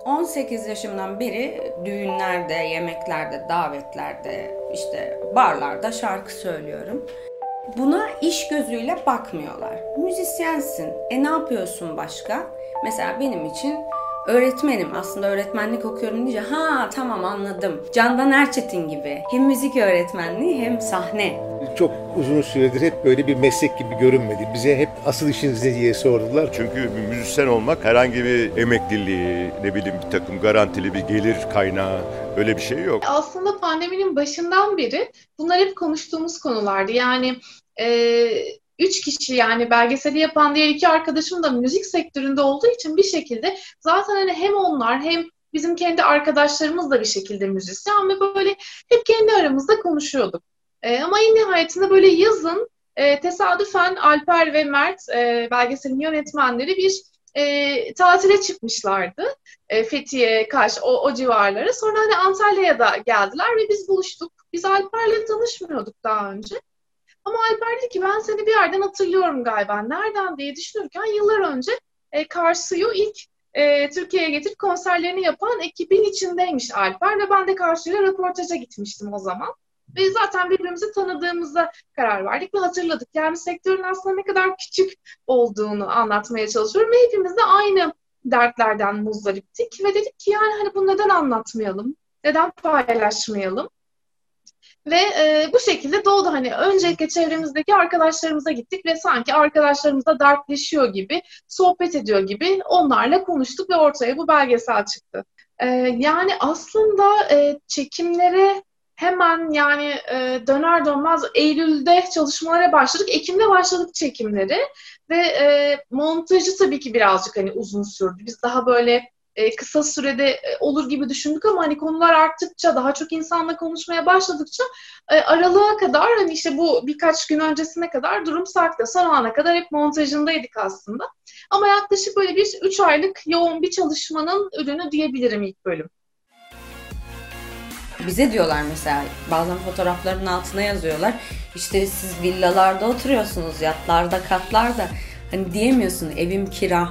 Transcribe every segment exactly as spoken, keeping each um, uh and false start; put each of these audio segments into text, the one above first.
on sekiz yaşımdan beri düğünlerde, yemeklerde, davetlerde, işte barlarda şarkı söylüyorum. Buna iş gözüyle bakmıyorlar. Müzisyensin. E ne yapıyorsun başka? Mesela benim için öğretmenim. Aslında öğretmenlik okuyorum deyince ha tamam anladım. Candan Erçetin gibi. Hem müzik öğretmenliği hem sahne. Çok uzun süredir hep böyle bir meslek gibi görünmedi. Bize hep asıl işiniz ne diye sordular. Çünkü müzisyen olmak herhangi bir emekliliği, ne bileyim bir takım garantili bir gelir kaynağı, öyle bir şey yok. Aslında pandeminin başından beri bunlar hep konuştuğumuz konulardı. Yani e, üç kişi, yani belgeseli yapan diğer iki arkadaşım da müzik sektöründe olduğu için bir şekilde zaten hani hem onlar hem bizim kendi arkadaşlarımız da bir şekilde müzisyen ve böyle hep kendi aramızda konuşuyorduk. E, ama en nihayetinde böyle yazın e, tesadüfen Alper ve Mert, e, belgeselin yönetmenleri, bir e, tatile çıkmışlardı. E, Fethiye, Kaş, o, o civarlara. Sonra hani Antalya'ya da geldiler ve biz buluştuk. Biz Alper'le tanışmıyorduk daha önce. Ama Alper dedi ki ben seni bir yerden hatırlıyorum galiba. Nereden diye düşünürken yıllar önce e, Karsu'yu ilk e, Türkiye'ye getirip konserlerini yapan ekibin içindeymiş Alper ve ben de Karsu'yla röportaja gitmiştim o zaman. Ve zaten birbirimizi tanıdığımıza karar verdik ve hatırladık. Yani sektörün aslında ne kadar küçük olduğunu anlatmaya çalışıyorum ve hepimiz de aynı dertlerden muzdariptik ve dedik ki yani hani bunu neden anlatmayalım, neden paylaşmayalım? Ve e, bu şekilde doğdu. Hani öncelikle çevremizdeki arkadaşlarımıza gittik ve sanki arkadaşlarımızla dertleşiyor gibi, sohbet ediyor gibi onlarla konuştuk ve ortaya bu belgesel çıktı. E, yani aslında e, çekimlere hemen yani e, döner dönmez Eylül'de çalışmalara başladık. Ekim'de başladık çekimleri ve e, montajı tabii ki birazcık hani uzun sürdü. Biz daha böyle e, kısa sürede e, olur gibi düşündük ama hani konular arttıkça, daha çok insanla konuşmaya başladıkça e, aralığa kadar, hani işte bu birkaç gün öncesine kadar durum sarktı. Son ana kadar hep montajındaydık aslında. Ama yaklaşık böyle bir üç aylık yoğun bir çalışmanın ürünü diyebilirim ilk bölüm. Bize diyorlar mesela, bazen fotoğrafların altına yazıyorlar. İşte siz villalarda oturuyorsunuz, yatlarda, katlarda. Hani diyemiyorsun evim kira.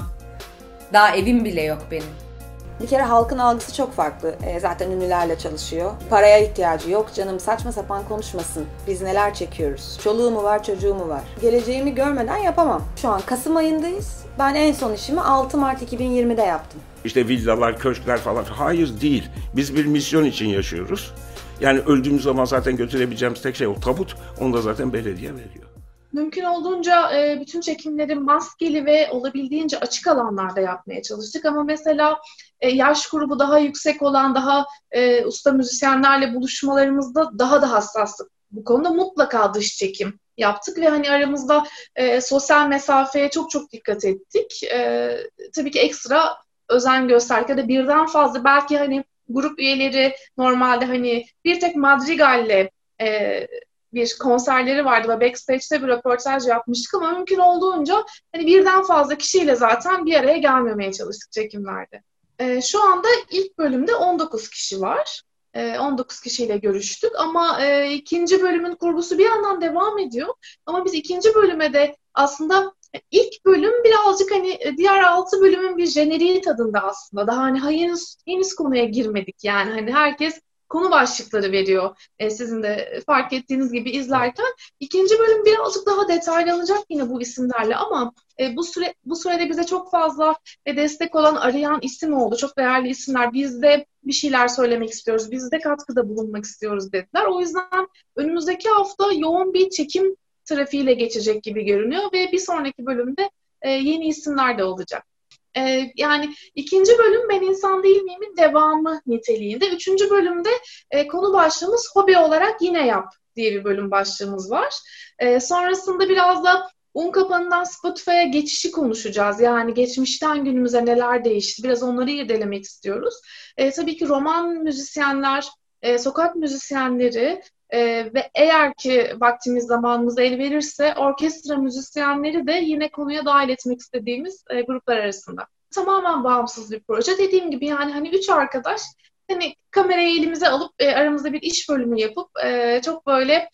Daha evim bile yok benim. Bir kere halkın algısı çok farklı. E, zaten ünlülerle çalışıyor. Paraya ihtiyacı yok canım, saçma sapan konuşmasın. Biz neler çekiyoruz. Çoluğu mu var, çocuğu mu var? Geleceğimi görmeden yapamam. Şu an Kasım ayındayız. Ben en son işimi altı Mart iki bin yirmide yaptım. İşte villalar, köşkler falan. Hayır değil. Biz bir misyon için yaşıyoruz. Yani öldüğümüz zaman zaten götürebileceğimiz tek şey o tabut. Onu da zaten belediye veriyor. Mümkün olduğunca e, bütün çekimleri maskeli ve olabildiğince açık alanlarda yapmaya çalıştık. Ama mesela e, yaş grubu daha yüksek olan, daha e, usta müzisyenlerle buluşmalarımızda daha da hassastık. Bu konuda mutlaka dış çekim yaptık ve hani aramızda e, sosyal mesafeye çok çok dikkat ettik. E, tabii ki ekstra özen gösterdik ya da birden fazla, belki hani grup üyeleri normalde hani bir tek madrigalle e, bir konserleri vardı ve backstage'te bir röportaj yapmıştık ama mümkün olduğunca hani birden fazla kişiyle zaten bir araya gelmemeye çalıştık çekimlerde. Ee, şu anda ilk bölümde on dokuz kişi var. Ee, on dokuz kişiyle görüştük ama e, ikinci bölümün kurgusu bir yandan devam ediyor. Ama biz ikinci bölüme de aslında ilk bölüm birazcık hani diğer altı bölümün bir jeneriği tadında aslında. Daha hani henüz, henüz konuya girmedik yani hani herkes konu başlıkları veriyor. E, sizin de fark ettiğiniz gibi izlerken. İkinci bölüm birazcık daha detaylanacak yine bu isimlerle ama e, bu süre bu sürede bize çok fazla e, destek olan, arayan isim oldu. Çok değerli isimler. Biz de bir şeyler söylemek istiyoruz. Biz de katkıda bulunmak istiyoruz dediler. O yüzden önümüzdeki hafta yoğun bir çekim trafiğiyle geçecek gibi görünüyor ve bir sonraki bölümde e, yeni isimler de olacak. Ee, yani ikinci bölüm Ben İnsan Değil Miyim'in devamı niteliğinde. Üçüncü bölümde e, konu başlığımız hobi olarak yine yap diye bir bölüm başlığımız var. E, sonrasında biraz da Unkapanı'ndan Spotify'a geçişi konuşacağız. Yani geçmişten günümüze neler değişti. Biraz onları irdelemek istiyoruz. E, tabii ki roman müzisyenler, e, sokak müzisyenleri e, ve eğer ki vaktimiz zamanımız el verirse orkestra müzisyenleri de yine konuya dahil etmek istediğimiz e, gruplar arasında. Tamamen bağımsız bir proje. Dediğim gibi yani hani üç arkadaş hani kamerayı elimize alıp e, aramızda bir iş bölümü yapıp e, çok böyle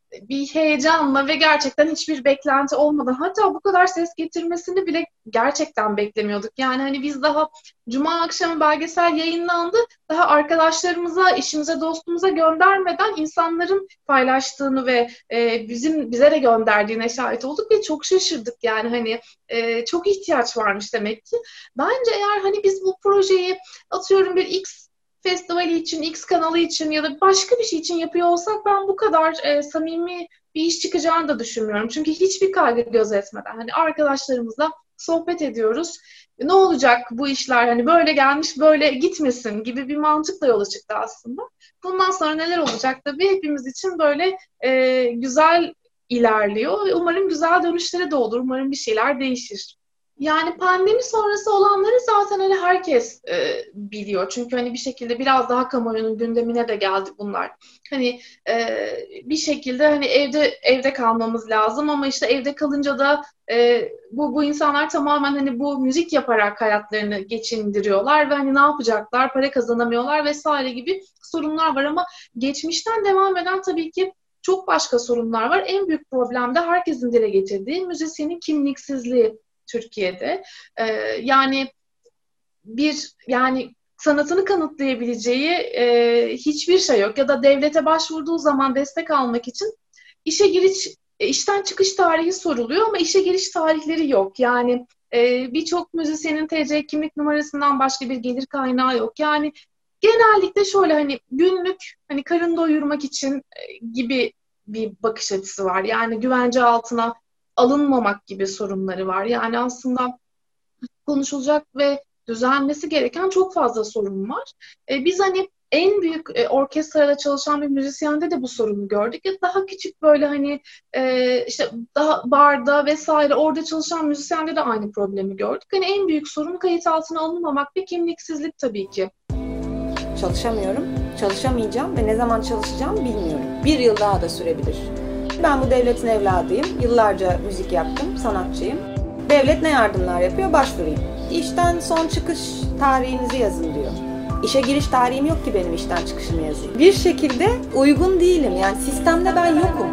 bir heyecanla ve gerçekten hiçbir beklenti olmadan, hatta bu kadar ses getirmesini bile gerçekten beklemiyorduk. Yani hani biz daha Cuma akşamı belgesel yayınlandı, daha arkadaşlarımıza, işimize, dostumuza göndermeden insanların paylaştığını ve e, bizim bize de gönderdiğine şahit olduk ve çok şaşırdık. Yani hani e, çok ihtiyaç varmış demek ki. Bence eğer hani biz bu projeyi atıyorum bir X festivali için, X kanalı için ya da başka bir şey için yapıyor olsak ben bu kadar e, samimi bir iş çıkacağını da düşünmüyorum. Çünkü hiçbir kaygı gözetmeden hani arkadaşlarımızla sohbet ediyoruz. Ne olacak bu işler hani böyle gelmiş böyle gitmesin gibi bir mantıkla yola çıktı aslında. Bundan sonra neler olacak tabii hepimiz için böyle e, güzel ilerliyor ve umarım güzel dönüşleri de olur. Umarım bir şeyler değişir. Yani pandemi sonrası olanları zaten hani herkes e, biliyor. Çünkü hani bir şekilde biraz daha kamuoyunun gündemine de geldi bunlar. Hani e, bir şekilde hani evde evde kalmamız lazım ama işte evde kalınca da e, bu bu insanlar tamamen hani bu müzik yaparak hayatlarını geçindiriyorlar ve hani ne yapacaklar, para kazanamıyorlar vesaire gibi sorunlar var ama geçmişten devam eden tabii ki çok başka sorunlar var. En büyük problem de herkesin dile getirdiği müzisyenin kimliksizliği. Türkiye'de. Ee, yani bir yani sanatını kanıtlayabileceği e, hiçbir şey yok. Ya da devlete başvurduğu zaman destek almak için işe giriş, işten çıkış tarihi soruluyor ama işe giriş tarihleri yok. Yani e, birçok müzisyenin T C kimlik numarasından başka bir gelir kaynağı yok. Yani genellikle şöyle hani günlük hani karın doyurmak için e, gibi bir bakış açısı var. Yani güvence altına alınmamak gibi sorunları var. Yani aslında konuşulacak ve düzelmesi gereken çok fazla sorun var. E, biz hani en büyük e, orkestrada çalışan bir müzisyende de bu sorunu gördük. Ya daha küçük böyle hani e, işte daha barda vesaire orada çalışan müzisyende de aynı problemi gördük. Hani en büyük sorun kayıt altına alınmamak ve kimliksizlik tabii ki. Çalışamıyorum, çalışamayacağım ve ne zaman çalışacağım bilmiyorum. Bir yıl daha da sürebilir. Ben bu devletin evladıyım. Yıllarca müzik yaptım, sanatçıyım. Devlet ne yardımlar yapıyor? Başvurayım. İşten son çıkış tarihinizi yazın diyor. İşe giriş tarihim yok ki benim işten çıkışımı yazayım. Bir şekilde uygun değilim. Yani sistemde ben yokum.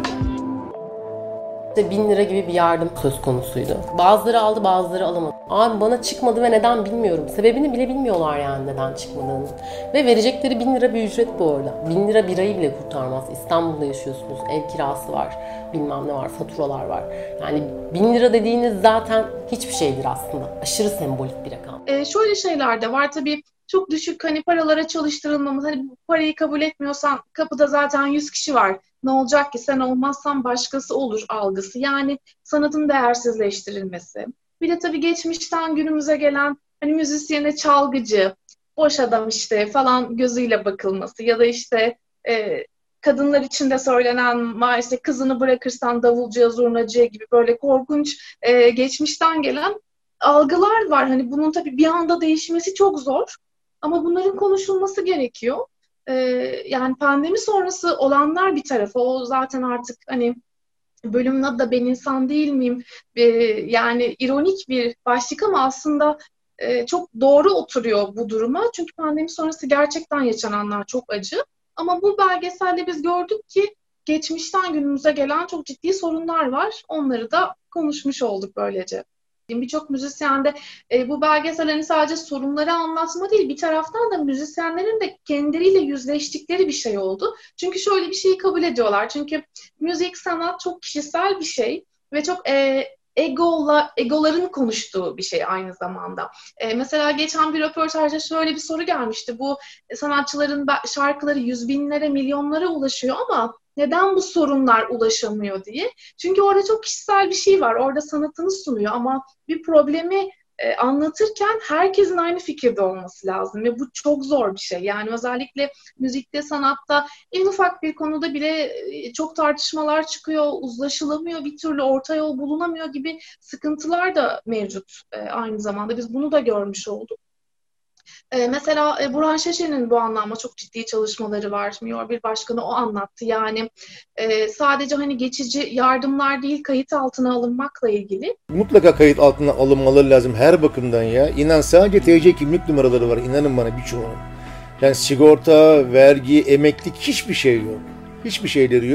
bin lira gibi bir yardım söz konusuydu. Bazıları aldı, bazıları alamadı. Abi bana çıkmadı ve neden bilmiyorum. Sebebini bile bilmiyorlar yani neden çıkmadığını. Ve verecekleri bin lira bir ücret bu arada. Bin lira birayı bile kurtarmaz. İstanbul'da yaşıyorsunuz. Ev kirası var. Bilmem ne var. Faturalar var. Yani bin lira dediğiniz zaten hiçbir şeydir aslında. Aşırı sembolik bir rakam. Ee, şöyle şeyler de var tabii. Çok düşük hani paralara çalıştırılmamız. Hani bu parayı kabul etmiyorsan kapıda zaten yüz kişi var. Ne olacak ki sen olmazsan başkası olur algısı. Yani sanatın değersizleştirilmesi. Bir de tabii geçmişten günümüze gelen hani müzisyene çalgıcı, boş adam işte falan gözüyle bakılması ya da işte e, kadınlar için de söylenen işte kızını bırakırsan davulcuya, zurnacıya gibi böyle korkunç e, geçmişten gelen algılar var. Hani bunun tabii bir anda değişmesi çok zor ama bunların konuşulması gerekiyor. Ee, yani pandemi sonrası olanlar bir tarafa, o zaten artık hani bölümün adı da Ben İnsan Değil Miyim? Ee, yani ironik bir başlık ama aslında e, çok doğru oturuyor bu duruma. Çünkü pandemi sonrası gerçekten yaşananlar çok acı. Ama bu belgeselde biz gördük ki geçmişten günümüze gelen çok ciddi sorunlar var. Onları da konuşmuş olduk böylece. Birçok müzisyende e, bu belgesellerin sadece sorunları anlatma değil, bir taraftan da müzisyenlerin de kendileriyle yüzleştikleri bir şey oldu. Çünkü şöyle bir şeyi kabul ediyorlar. Çünkü müzik, sanat çok kişisel bir şey ve çok e, egola, egoların konuştuğu bir şey aynı zamanda. E, mesela geçen bir röportajda şöyle bir soru gelmişti. Bu sanatçıların şarkıları yüz binlere, milyonlara ulaşıyor ama neden bu sorunlar ulaşamıyor diye. Çünkü orada çok kişisel bir şey var. Orada sanatını sunuyor ama bir problemi e, anlatırken herkesin aynı fikirde olması lazım ve bu çok zor bir şey. Yani özellikle müzikte, sanatta en ufak bir konuda bile e, çok tartışmalar çıkıyor, uzlaşılamıyor, bir türlü orta yol bulunamıyor gibi sıkıntılar da mevcut e, aynı zamanda. Biz bunu da görmüş olduk. Ee, mesela e, Burhan Şeşen'in bu anlamda çok ciddi çalışmaları var. Miyor bir başkanı o anlattı. Yani e, sadece hani geçici yardımlar değil, kayıt altına alınmakla ilgili. Mutlaka kayıt altına alınmaları lazım her bakımdan ya. İnan sadece T C kimlik numaraları var. İnanın bana birçoğunun. Yani sigorta, vergi, emeklilik hiçbir şey yok. Hiçbir şeyleri yok.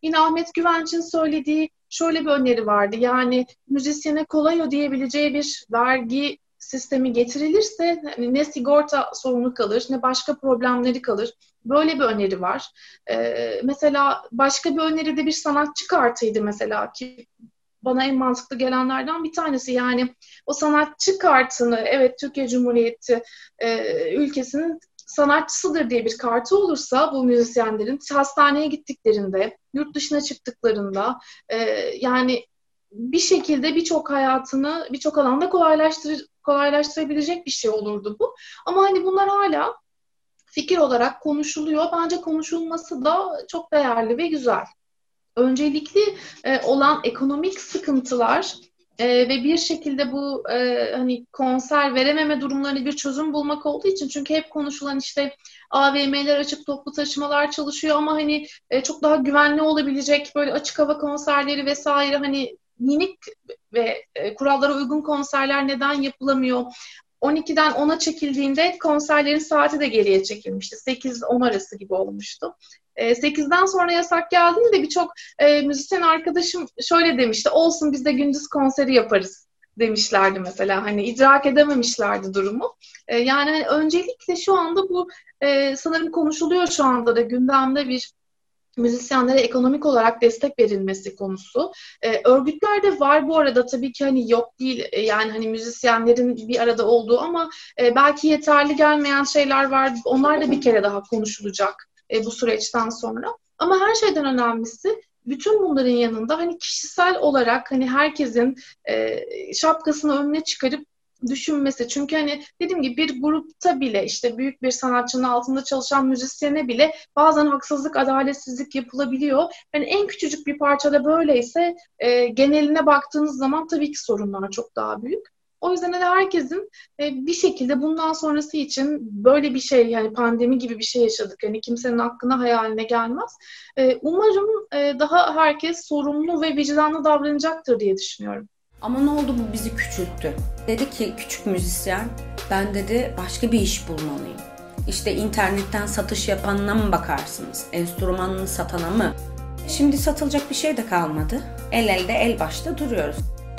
yine Ahmet Güvenç'in söylediği şöyle bir öneri vardı. Yani müzisyene kolay ödeyebileceği bir vergi sistemi getirilirse hani ne sigorta sorunu kalır ne başka problemleri kalır. Böyle bir öneri var. Ee, mesela başka bir öneri de bir sanatçı kartıydı mesela ki bana en mantıklı gelenlerden bir tanesi. Yani o sanatçı kartını, evet Türkiye Cumhuriyeti e, ülkesinin sanatçısıdır diye bir kartı olursa bu müzisyenlerin hastaneye gittiklerinde, yurt dışına çıktıklarında e, yani bir şekilde birçok hayatını birçok alanda kolaylaştır, kolaylaştırabilecek bir şey olurdu bu. Ama hani bunlar hala fikir olarak konuşuluyor. Bence konuşulması da çok değerli ve güzel. Öncelikli e, olan ekonomik sıkıntılar e, ve bir şekilde bu e, hani konser verememe durumlarına bir çözüm bulmak olduğu için, çünkü hep konuşulan işte A V M'ler açık, toplu taşımalar çalışıyor ama hani e, çok daha güvenli olabilecek böyle açık hava konserleri vesaire, hani minik ve e, kurallara uygun konserler neden yapılamıyor? on ikiden ona çekildiğinde konserlerin saati de geriye çekilmişti. sekiz on arası gibi olmuştu. sekizden sonra yasak geldiğinde birçok e, müzisyen arkadaşım şöyle demişti. Olsun biz de gündüz konseri yaparız demişlerdi mesela. Hani idrak edememişlerdi durumu. E, yani hani öncelikle şu anda bu e, sanırım konuşuluyor, şu anda da gündemde bir müzisyenlere ekonomik olarak destek verilmesi konusu. Ee, örgütlerde var bu arada, tabii ki hani yok değil, ee, yani hani müzisyenlerin bir arada olduğu ama e, belki yeterli gelmeyen şeyler var. Onlar da bir kere daha konuşulacak e, bu süreçten sonra. Ama her şeyden önemlisi bütün bunların yanında hani kişisel olarak hani herkesin e, şapkasını önüne çıkarıp düşünmesi. Çünkü hani dediğim gibi bir grupta bile işte büyük bir sanatçının altında çalışan müzisyene bile bazen haksızlık, adaletsizlik yapılabiliyor. Yani en küçücük bir parçada böyleyse e, geneline baktığınız zaman tabii ki sorunlar çok daha büyük. O yüzden hani herkesin e, bir şekilde bundan sonrası için böyle bir şey, yani pandemi gibi bir şey yaşadık. Yani kimsenin aklına hayaline gelmez. E, umarım e, daha herkes sorumlu ve vicdanlı davranacaktır diye düşünüyorum. Ama ne oldu, bu bizi küçülttü. Dedi ki küçük müzisyen, ben dedi başka bir iş bulmalıyım. İşte internetten satış yapanına mı bakarsınız? Enstrümanını satana mı? Şimdi satılacak bir şey de kalmadı. El elde el başta duruyoruz.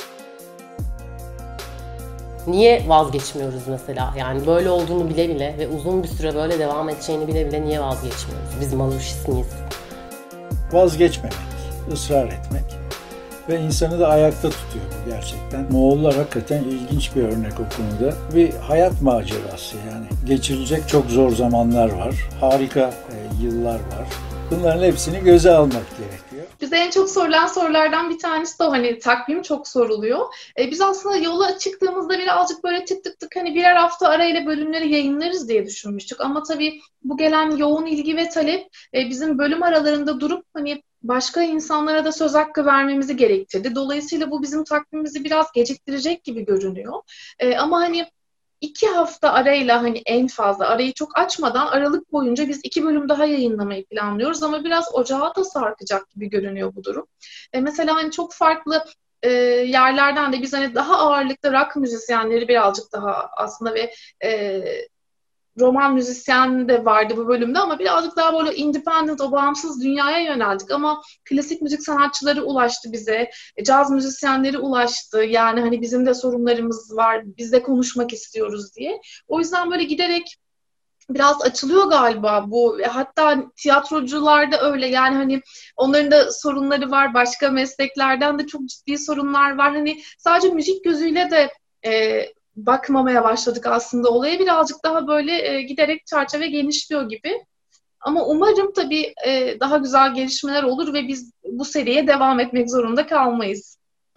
Niye vazgeçmiyoruz mesela? Yani böyle olduğunu bile bile ve uzun bir süre böyle devam edeceğini bile bile niye vazgeçmiyoruz? Biz mazoşist miyiz? Vazgeçmemek, ısrar etmek ve insanı da ayakta tutuyor bu gerçekten. Moğollar hakikaten ilginç bir örnek o konuda. Bir hayat macerası yani. Geçirilecek çok zor zamanlar var. Harika e, yıllar var. Bunların hepsini göze almak gerekiyor. Bize en çok sorulan sorulardan bir tanesi de o, hani takvim çok soruluyor. E, biz aslında yola çıktığımızda birazcık böyle tık tık tık hani birer hafta arayla bölümleri yayınlarız diye düşünmüştük. Ama tabii bu gelen yoğun ilgi ve talep e, bizim bölüm aralarında durup hani başka insanlara da söz hakkı vermemizi gerektirdi. Dolayısıyla bu bizim takvimimizi biraz geciktirecek gibi görünüyor. E, ama hani İki hafta arayla, hani en fazla arayı çok açmadan Aralık boyunca biz iki bölüm daha yayınlamayı planlıyoruz ama biraz ocağa da sarkacak gibi görünüyor bu durum. E mesela hani çok farklı e, yerlerden de biz hani daha ağırlıklı rock müzisyenleri birazcık daha aslında ve e, roman müzisyen de vardı bu bölümde ama birazcık daha böyle independent, o bağımsız dünyaya yöneldik. Ama klasik müzik sanatçıları ulaştı bize, caz müzisyenleri ulaştı. Yani hani bizim de sorunlarımız var, biz de konuşmak istiyoruz diye. O yüzden böyle giderek biraz açılıyor galiba bu. Hatta tiyatrocular da öyle. Yani hani onların da sorunları var. Başka mesleklerden de çok ciddi sorunlar var. Hani sadece müzik gözüyle de e, bakmamaya başladık aslında olaya. Birazcık daha böyle e, giderek çerçeve genişliyor gibi. Ama umarım tabii e, daha güzel gelişmeler olur ve biz bu seriye devam etmek zorunda kalmayız.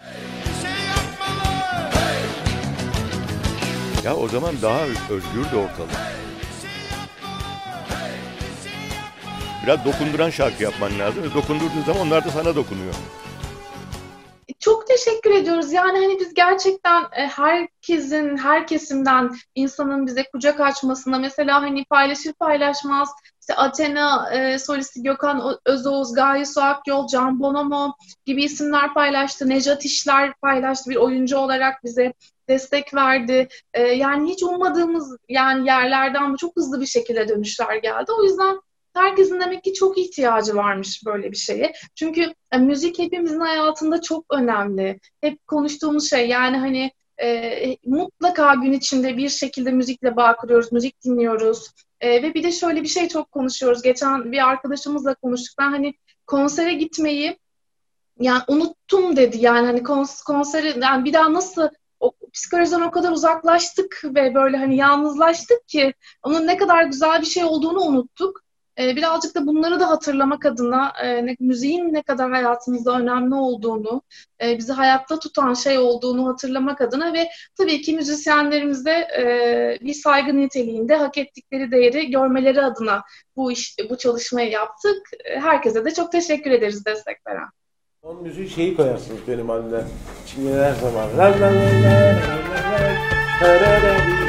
Ya o zaman daha özgür de ortalık. Biraz dokunduran şarkı yapman lazım. Dokundurduğun zaman onlar da sana dokunuyor. Çok teşekkür ediyoruz. Yani hani biz gerçekten herkesin, her kesimden insanın bize kucak açmasına, mesela hani paylaşır paylaşmaz işte Athena e, solisti Gökhan Özoğuz, Gaye Su Akyol, Can Bonomo gibi isimler paylaştı. Nejat İşler paylaştı, bir oyuncu olarak bize destek verdi. E, yani hiç ummadığımız yani yerlerden çok hızlı bir şekilde dönüşler geldi. O yüzden Herkesin demek ki çok ihtiyacı varmış böyle bir şeye. Çünkü e, müzik hepimizin hayatında çok önemli. Hep konuştuğumuz şey, yani hani e, mutlaka gün içinde bir şekilde müzikle bağ kuruyoruz, müzik dinliyoruz. E, ve bir de şöyle bir şey çok konuşuyoruz. Geçen bir arkadaşımızla konuştuk. Ben hani konsere gitmeyi yani unuttum dedi. Yani hani kons- konseri yani bir daha nasıl, o psikolojiden o kadar uzaklaştık ve böyle hani yalnızlaştık ki onun ne kadar güzel bir şey olduğunu unuttuk. Ee, birazcık da bunları da hatırlamak adına e, ne, müziğin ne kadar hayatımızda önemli olduğunu, e, bizi hayatta tutan şey olduğunu hatırlamak adına ve tabii ki müzisyenlerimize e, bir saygı niteliğinde hak ettikleri değeri görmeleri adına bu iş, bu çalışmayı yaptık. Herkese de çok teşekkür ederiz destek veren. Son müziği şeyi koyarsınız benim anne. Şimdi her zaman. La la la la la la la la la la la.